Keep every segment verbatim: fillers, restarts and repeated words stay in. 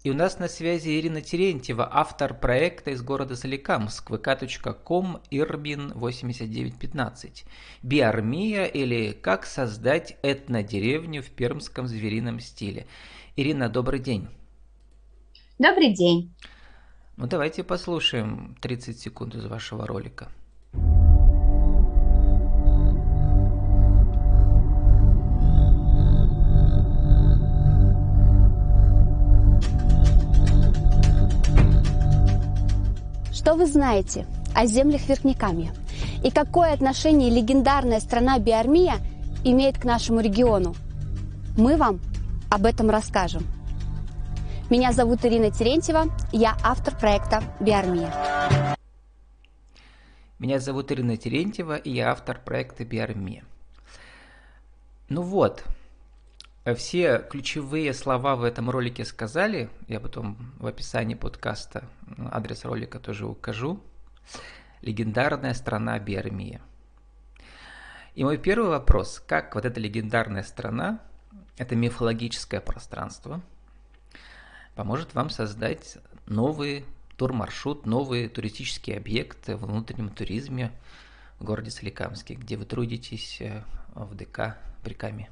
И у нас на связи Ирина Терентьева, автор проекта из города Соликамск, вэ ка точка ком, Ирбин восемьдесят девять пятнадцать. Биармия или «Как создать этнодеревню в пермском зверином стиле». Ирина, добрый день. Добрый день. Ну давайте послушаем тридцать секунд из вашего ролика. Что вы знаете о землях Верхнекамья? И какое отношение легендарная страна Биармия имеет к нашему региону? Мы вам об этом расскажем. Меня зовут Ирина Терентьева, я автор проекта «Биармия». Меня зовут Ирина Терентьева, и я автор проекта «Биармия». Ну вот, все ключевые слова в этом ролике сказали. Я потом в описании подкаста адрес ролика тоже укажу. Легендарная страна Биармия. И мой первый вопрос: как вот эта легендарная страна, это мифологическое пространство, поможет вам создать новый турмаршрут, новые туристические объекты в внутреннем туризме в городе Соликамске, где вы трудитесь в дэ ка Прикамье?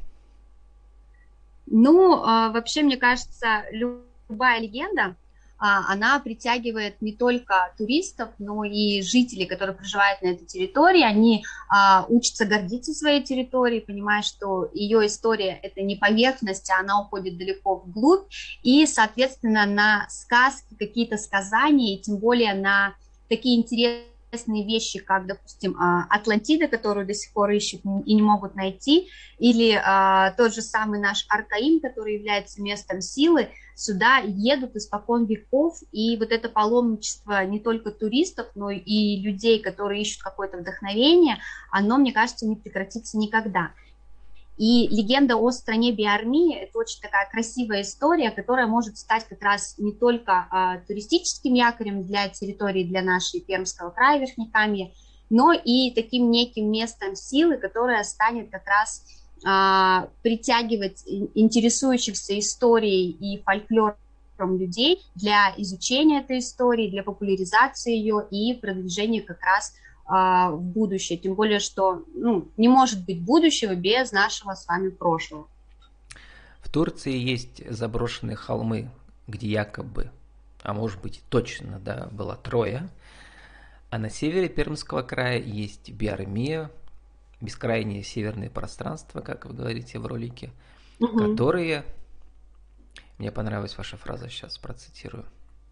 Ну, вообще, мне кажется, любая легенда, она притягивает не только туристов, но и жителей, которые проживают на этой территории. Они учатся гордиться своей территорией, понимая, что ее история – это не поверхность, а она уходит далеко вглубь. И, соответственно, на сказки, какие-то сказания, и тем более на такие интересные вещи, как, допустим, Атлантида, которую до сих пор ищут и не могут найти, или а, тот же самый наш Аркаим, который является местом силы, сюда едут испокон веков, и вот это паломничество не только туристов, но и людей, которые ищут какое-то вдохновение, оно, мне кажется, не прекратится никогда. И легенда о стране Биармии – это очень такая красивая история, которая может стать как раз не только а, туристическим якорем для территории, для нашей Пермского края, Верхнекамья, но и таким неким местом силы, которое станет как раз а, притягивать интересующихся историей и фольклором людей для изучения этой истории, для популяризации ее и продвижения как раз в будущее, тем более, что ну, не может быть будущего без нашего с вами прошлого. В Турции есть заброшенные холмы, где якобы, а может быть точно, да, была Троя, а на севере Пермского края есть Биармия, бескрайние северные пространства, как вы говорите в ролике, угу. которые, мне понравилась ваша фраза, сейчас процитирую,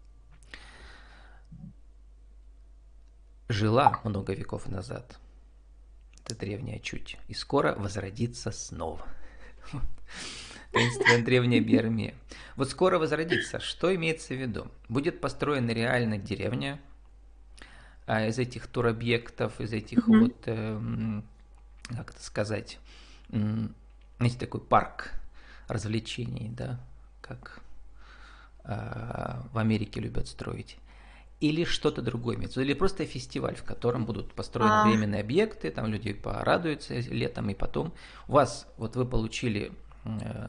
жила много веков назад. Это древняя чуть. И скоро возродится снова. Таинственная древняя Биармия. Вот скоро возродится. Что имеется в виду? Будет построена реально деревня а из этих туробъектов, из этих mm-hmm. вот, э, как это сказать, э, есть такой парк развлечений, да, как э, в Америке любят строить. Или что-то другое имеется, или просто фестиваль, в котором будут построены а... временные объекты, там люди порадуются летом, и потом у вас, вот вы получили э,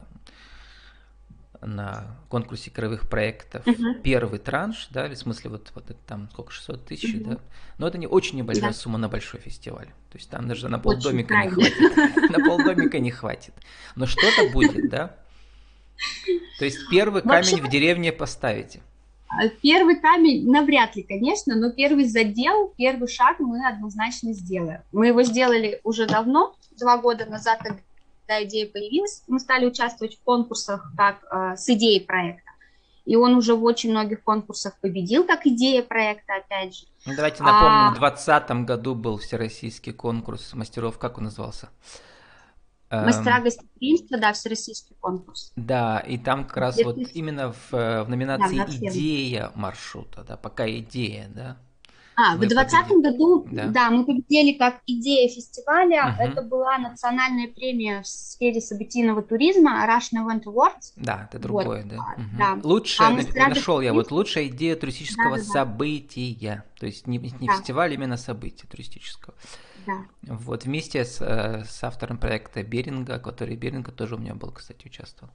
на конкурсе краевых проектов uh-huh. первый транш, да, в смысле вот, вот это там сколько, шестьсот тысяч, uh-huh. да, но это не очень небольшая yeah. сумма на большой фестиваль, то есть там даже на полдомика не хватит, на полдомика не хватит, но что-то будет, да, то есть первый камень в деревне поставите. Первый камень навряд ли, конечно, но первый задел, первый шаг мы однозначно сделаем. Мы его сделали уже давно, два года назад, когда идея появилась, мы стали участвовать в конкурсах как э, с идеей проекта. И он уже в очень многих конкурсах победил, как идея проекта, опять же. Ну, давайте напомним, а... в двадцатом году был всероссийский конкурс мастеров, как он назывался? Мастера гостеприимства, да, всероссийский конкурс. Да, и там как раз вот именно в, в номинации да, идея маршрута, да, пока идея, да. А, в двадцатом году, да. да, мы победили как идея фестиваля, угу. это была национальная премия в сфере событийного туризма, Russian Event Awards. Да, это другое, вот. да. Угу. да. Лучшая, а нашел я, вот лучшая идея туристического да, да, события, то есть не, не да. фестиваль, именно события туристического. Да. Вот вместе с, с автором проекта Беринга, который Беринга тоже у меня был, кстати, участвовал.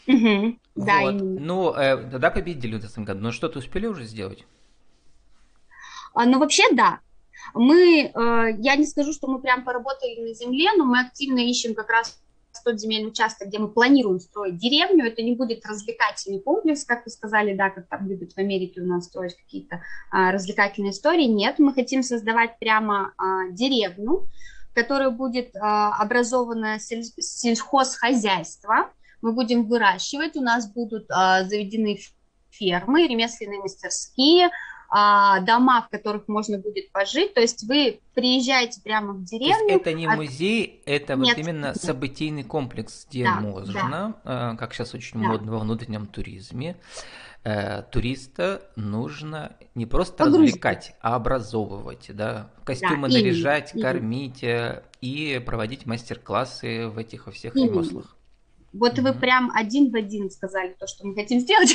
Угу. Вот. Да, именно. Ну, э, тогда победили в этом году. Но что-то успели уже сделать? А, ну, вообще, да. Мы, э, я не скажу, что мы прям поработали на земле, но мы активно ищем как раз тот земельный участок, где мы планируем строить деревню. Это не будет развлекательный комплекс, как вы сказали, да, как там любят в Америке у нас строить какие-то а, развлекательные истории. Нет, мы хотим создавать прямо а, деревню, которая будет а, образованасель, сельхозхозяйство. Мы будем выращивать, у нас будут а, заведены фермы, ремесленные мастерские, дома, в которых можно будет пожить, то есть вы приезжаете прямо в деревню. То есть это не музей, это Нет, вот именно нет. событийный комплекс, где Да, можно, да. как сейчас очень Да. модно во внутреннем туризме, э, туриста нужно не просто Погрузить. развлекать, а образовывать, да, костюмы Да, наряжать, именно, кормить э, и проводить мастер-классы в этих во всех Именно. ремеслах. Вот Угу. вы прям один в один сказали то, что мы хотим сделать.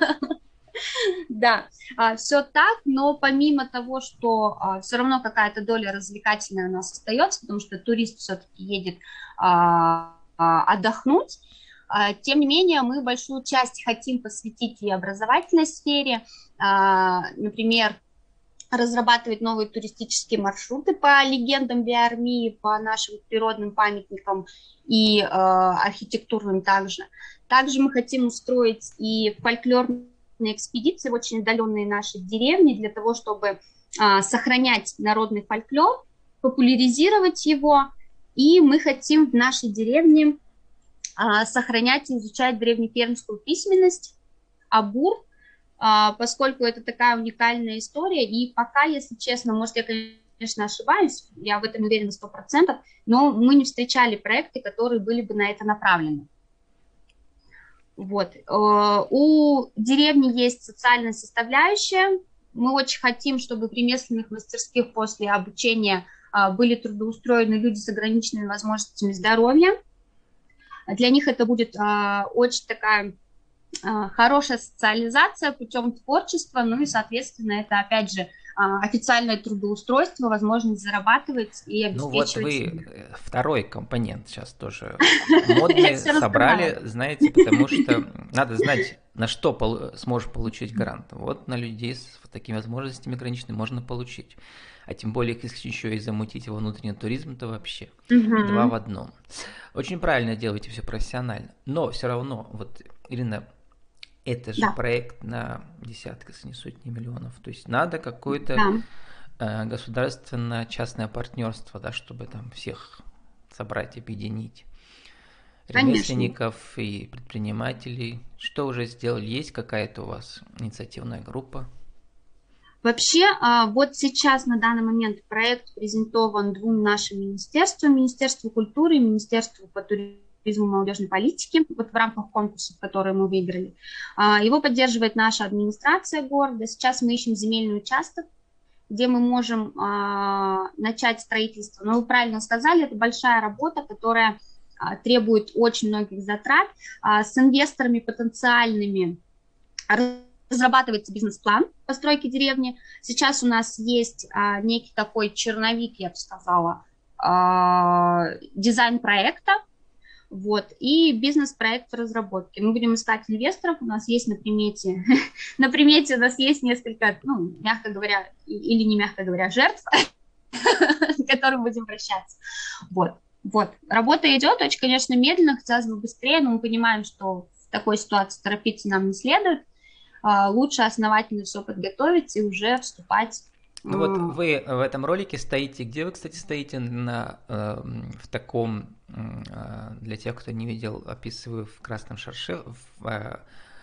Да, все так, но помимо того, что а, все равно какая-то доля развлекательная у нас остается, потому что турист все-таки едет а, а, отдохнуть, а, тем не менее мы большую часть хотим посвятить и образовательной сфере, а, например, разрабатывать новые туристические маршруты по легендам Биармии, по нашим природным памятникам и э, архитектурным также. Также мы хотим устроить и фольклорные экспедиции в очень отдаленные наши деревни для того, чтобы э, сохранять народный фольклор, популяризировать его. И мы хотим в нашей деревне э, сохранять и изучать древнефермерскую письменность, абур, поскольку это такая уникальная история, и пока, если честно, может, я, конечно, ошибаюсь, я в этом уверена сто процентов, но мы не встречали проекты, которые были бы на это направлены. Вот. У деревни есть социальная составляющая, мы очень хотим, чтобы в ремесленных мастерских после обучения были трудоустроены люди с ограниченными возможностями здоровья. Для них это будет очень такая хорошая социализация путем творчества, ну и, соответственно, это, опять же, официальное трудоустройство, возможность зарабатывать и обеспечивать. Ну вот вы себя. Второй компонент сейчас тоже модный собрали, знаете, потому что надо знать, на что пол- сможешь получить грант. Вот на людей с такими возможностями ограниченными можно получить. А тем более, если еще и замутить его внутренний туризм, то вообще угу. два в одном. Очень правильно делаете все профессионально. Но все равно, вот, Ирина, это же да. проект на десятки, если не сотни миллионов. То есть надо какое-то да. э, государственно-частное партнерство, да, чтобы там всех собрать, объединить. Ремесленников и предпринимателей. Что уже сделали? Есть какая-то у вас инициативная группа? Вообще, вот сейчас на данный момент проект презентован двум нашим министерствам, Министерству культуры и Министерству по туризму и молодежной политики, вот в рамках конкурсов, которые мы выиграли. Его поддерживает наша администрация города. Сейчас мы ищем земельный участок, где мы можем начать строительство. Но вы правильно сказали, это большая работа, которая требует очень многих затрат. С инвесторами потенциальными разрабатывается бизнес-план постройки деревни. Сейчас у нас есть а, некий такой черновик, я бы сказала, а, дизайн проекта, вот, и бизнес-проект разработки. Мы будем искать инвесторов, у нас есть на примете, на примете у нас есть несколько, ну, мягко говоря, или не мягко говоря, жертв, к которым будем обращаться. Вот, вот. Работа идет очень, конечно, медленно, хотелось бы быстрее, но мы понимаем, что в такой ситуации торопиться нам не следует. Лучше основательно все подготовить и уже вступать. Ну вот вы в этом ролике стоите, где вы, кстати, стоите на, э, в таком, э, для тех, кто не видел, описываю в красном шарше, в э,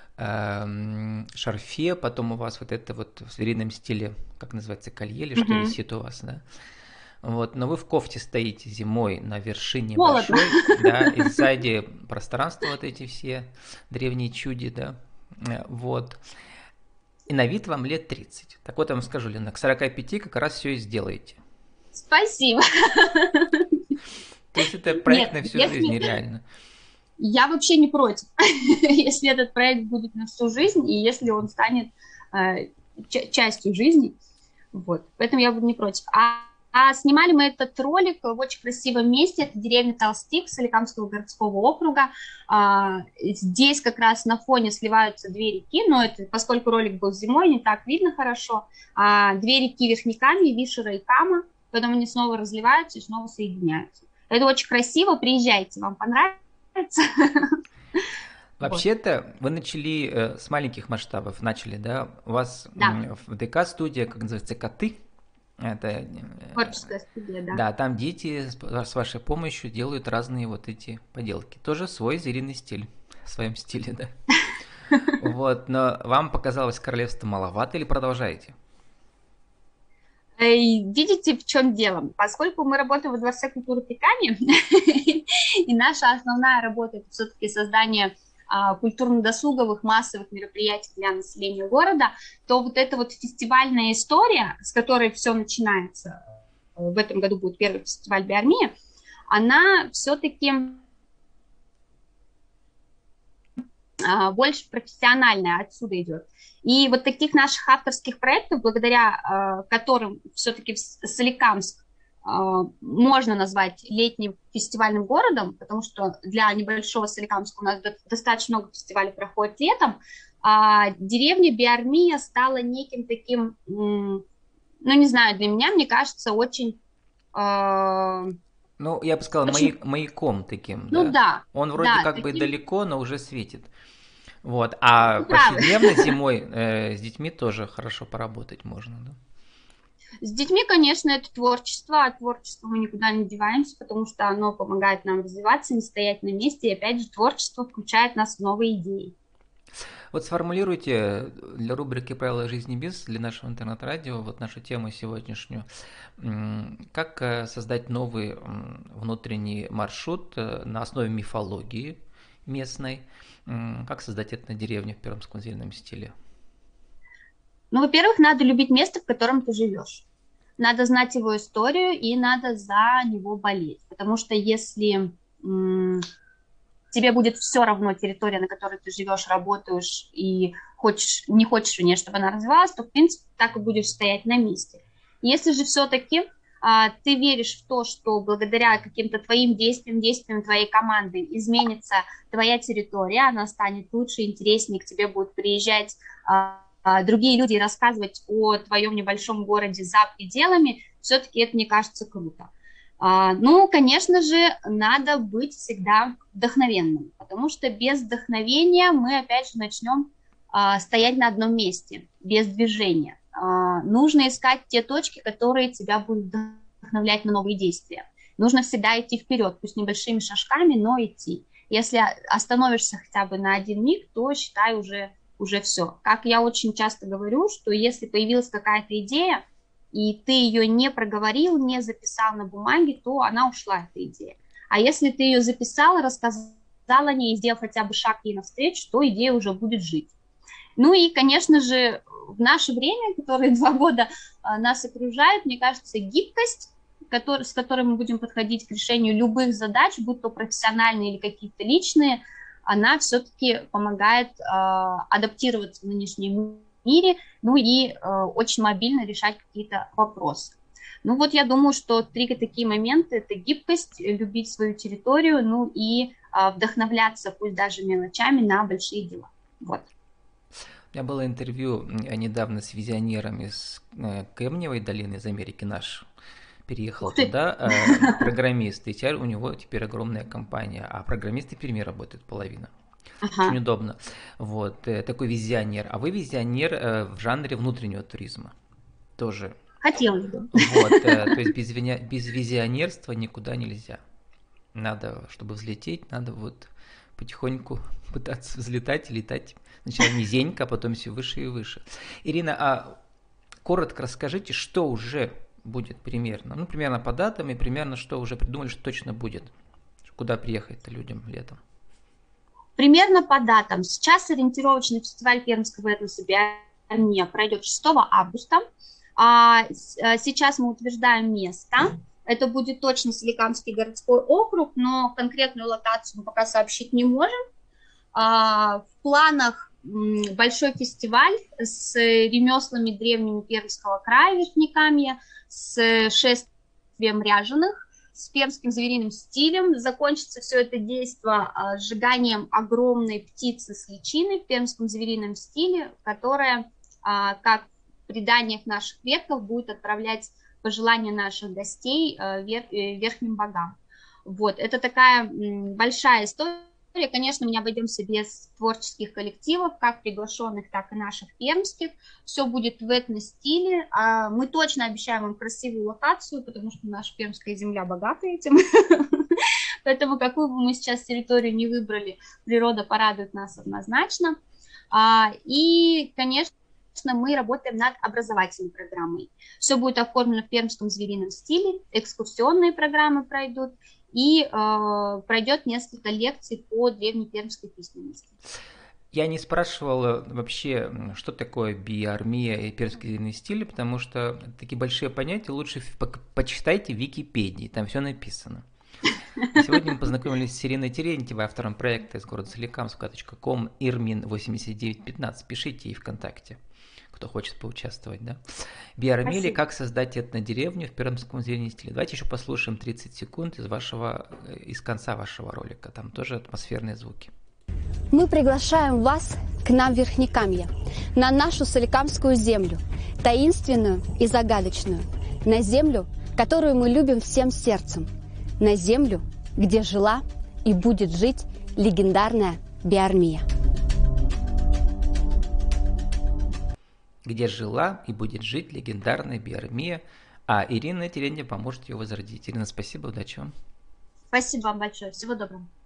э, шарфе, потом у вас вот это вот в зверином стиле, как называется, колье или что uh-huh. висит у вас, да? Вот, но вы в кофте стоите зимой на вершине Холодно. Большой, да, и сзади пространство вот эти все древние чуди, да. Вот. И на вид вам лет тридцать. Так вот я вам скажу, Лена, к сорока пяти как раз все и сделаете. Спасибо. То есть это проект Нет, на всю если... жизнь, реально. Я вообще не против, если этот проект будет на всю жизнь, и если он станет э, ч- частью жизни. Вот. Поэтому я буду не против. А, А снимали мы этот ролик в очень красивом месте, это деревня Толстик Соликамского городского округа. А, здесь как раз на фоне сливаются две реки, но это, поскольку ролик был зимой, не так видно хорошо. А, две реки Верхнекамье, Вишера и Кама, потом они снова разливаются и снова соединяются. Это очень красиво, приезжайте, вам понравится. Вообще-то вы начали э, с маленьких масштабов, начали, да? У вас да. в ДК-студия, как называется, «Коты». Это творческая студия, да. Да, там дети с вашей помощью делают разные вот эти поделки. Тоже свой звериный стиль, в своем стиле, да. Вот, но вам показалось королевство маловато или продолжаете? Видите, в чем дело? Поскольку мы работаем во Дворце культуры Прикамья, и наша основная работа это все-таки создание культурно-досуговых массовых мероприятий для населения города, то вот эта вот фестивальная история, с которой все начинается, в этом году будет первый фестиваль Биармия, она все-таки больше профессиональная, отсюда идет. И вот таких наших авторских проектов, благодаря которым все-таки Соликамск можно назвать летним фестивальным городом, потому что для небольшого Соликамска у нас достаточно много фестивалей проходит летом, а деревня Биармия стала неким таким, ну, не знаю, для меня, мне кажется, очень... Э, ну, я бы сказала, очень... маяком таким. Ну, да. да Он вроде да, как таким... бы далеко, но уже светит. Вот. А ну, повседневно зимой э, с детьми тоже хорошо поработать можно, да? С детьми, конечно, это творчество, от творчества мы никуда не деваемся, потому что оно помогает нам развиваться, не стоять на месте, и опять же творчество включает нас в новые идеи. Вот сформулируйте для рубрики «Правила жизни без» для нашего интернет-радио, вот нашу тему сегодняшнюю, как создать новый внутренний маршрут на основе мифологии местной, как создать это на деревне в пермском зверином стиле? Ну, во-первых, надо любить место, в котором ты живешь. Надо знать его историю и надо за него болеть. Потому что если м- тебе будет все равно территория, на которой ты живешь, работаешь и хочешь, не хочешь в ней, чтобы она развивалась, то, в принципе, так и будешь стоять на месте. Если же все-таки а, ты веришь в то, что благодаря каким-то твоим действиям, действиям твоей команды изменится твоя территория, она станет лучше, интереснее, к тебе будут приезжать... А, другие люди рассказывать о твоем небольшом городе за пределами, все-таки это, мне кажется, круто. Ну, конечно же, надо быть всегда вдохновенным, потому что без вдохновения мы, опять же, начнем стоять на одном месте, без движения. Нужно искать те точки, которые тебя будут вдохновлять на новые действия. Нужно всегда идти вперед, пусть небольшими шажками, но идти. Если остановишься хотя бы на один миг, то, считай, уже... уже все. Как я очень часто говорю, что если появилась какая-то идея, и ты ее не проговорил, не записал на бумаге, то она ушла, эта идея. А если ты ее записал, рассказал о ней и сделал хотя бы шаг ей навстречу, то идея уже будет жить. Ну и, конечно же, в наше время, которое два года нас окружает, мне кажется, гибкость, который, с которой мы будем подходить к решению любых задач, будь то профессиональные или какие-то личные, она все-таки помогает э, адаптироваться в нынешнем мире, ну и э, очень мобильно решать какие-то вопросы. Ну вот я думаю, что три такие моменты – это гибкость, любить свою территорию, ну и э, вдохновляться, пусть даже мелочами, на большие дела. Вот. У меня было интервью недавно с визионером из э, Кремниевой долины, из Америки, наш переехал туда, э, программист, и теперь у него теперь огромная компания, а программисты в Перми работают половина. Ага. Очень удобно. Вот, э, такой визионер. А вы визионер э, в жанре внутреннего туризма. Тоже. Хотелось бы. Вот, э, то есть без, без визионерства никуда нельзя. Надо, чтобы взлететь, надо вот потихоньку пытаться взлетать и летать. Сначала низенько, а потом все выше и выше. Ирина, а коротко расскажите, что уже будет примерно, ну, примерно по датам и примерно что уже придумали, что точно будет, куда приехать-то людям летом? Примерно по датам. Сейчас ориентировочный фестиваль пермского этноса Биармия пройдет шестого августа. А сейчас мы утверждаем место. Это будет точно Соликамский городской округ, но конкретную локацию мы пока сообщить не можем. В планах большой фестиваль с ремеслами древними Пермского края, Верхнекамья, с ряженых с пермским звериным стилем. Закончится все это действо сжиганием огромной птицы с личиной в пермском зверином стиле, которая, как в преданиях наших предков, будет отправлять пожелания наших гостей верхним богам. Вот, это такая большая история. Конечно, мы не обойдемся без творческих коллективов, как приглашенных, так и наших пермских. Все будет в этно-стиле. Мы точно обещаем вам красивую локацию, потому что наша пермская земля богата этим. Поэтому какую бы мы сейчас территорию не выбрали, природа порадует нас однозначно. И, конечно, мы работаем над образовательной программой. Все будет оформлено в пермском зверином стиле, экскурсионные программы пройдут, и э, пройдет несколько лекций по древнепермской письменности. Я не спрашивал вообще, что такое биармия и пермский звериный стиль, потому что такие большие понятия лучше почитайте в Википедии, там все написано. Сегодня мы познакомились с Ириной Терентьевой, автором проекта из города соликамска точка ком, ирмин восемьдесят девять пятнадцать. Пишите ей ВКонтакте, кто хочет поучаствовать, да. Биармия, или как создать этнодеревню в пермском зверином стиле. Давайте еще послушаем тридцать секунд из вашего, из конца вашего ролика. Там тоже атмосферные звуки. Мы приглашаем вас к нам в Верхнекамье, на нашу соликамскую землю, таинственную и загадочную, на землю, которую мы любим всем сердцем, на землю, где жила и будет жить легендарная биармия. Где жила и будет жить легендарная биармия, а Ирина Терентьева поможет ее возродить. Ирина, спасибо, удачи вам. Спасибо вам большое, всего доброго.